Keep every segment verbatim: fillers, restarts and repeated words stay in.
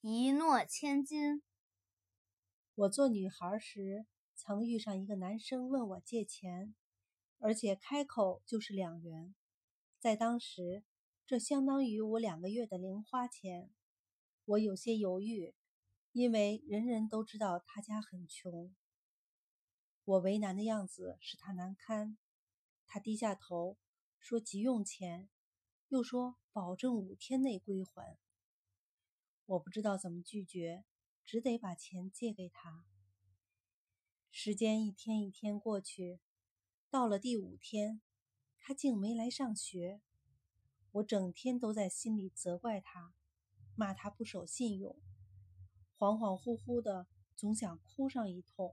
一诺千金。 我做女孩时，曾遇上一个男生问我借钱，而且开口就是两元。在当时，这相当于我两个月的零花钱。我有些犹豫，因为人人都知道他家很穷。我为难的样子使他难堪。他低下头说急用钱，又说保证五天内归还。我不知道怎么拒绝，只得把钱借给他。时间一天一天过去，到了第五天，他竟没来上学。我整天都在心里责怪他，骂他不守信用，恍恍惚惚的，总想哭上一通。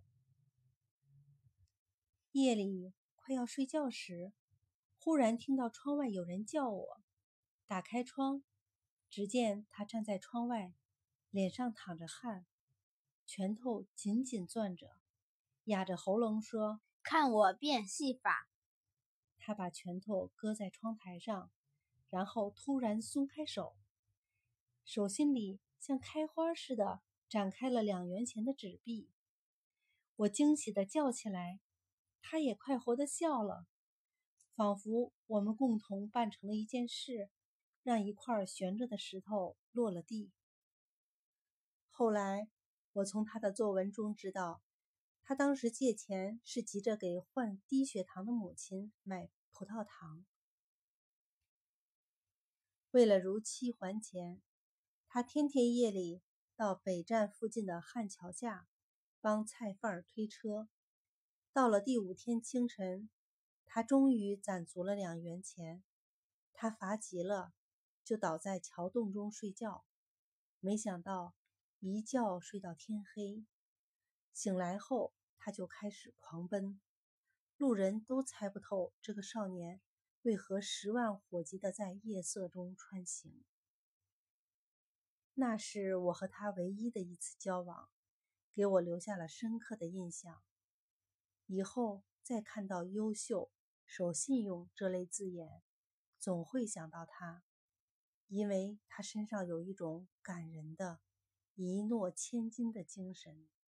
夜里快要睡觉时，忽然听到窗外有人叫我，打开窗，只见他站在窗外，脸上淌着汗，拳头紧紧攥着，哑着喉咙说：“ 看我变戏法。” 他把拳头搁在窗台上，然后突然松开手，手心里像开花似的展开了两元钱的纸币。我惊喜地叫起来，他也快活地笑了，仿佛我们共同办成了一件事，让一块悬着的石头落了地。后来我从他的作文中知道，他当时借钱是急着给患低血糖的母亲买葡萄糖。为了如期还钱，他天天夜里到北站附近的汉桥下帮菜贩推车。到了第五天清晨，他终于攒足了两元钱。他乏极了，就倒在桥洞中睡觉。没想到一觉睡到天黑，醒来后他就开始狂奔。路人都猜不透这个少年为何十万火急地在夜色中穿行。那是我和他唯一的一次交往，给我留下了深刻的印象。以后再看到优秀、守信用这类字眼，总会想到他，因为他身上有一种感人的一诺千金的精神。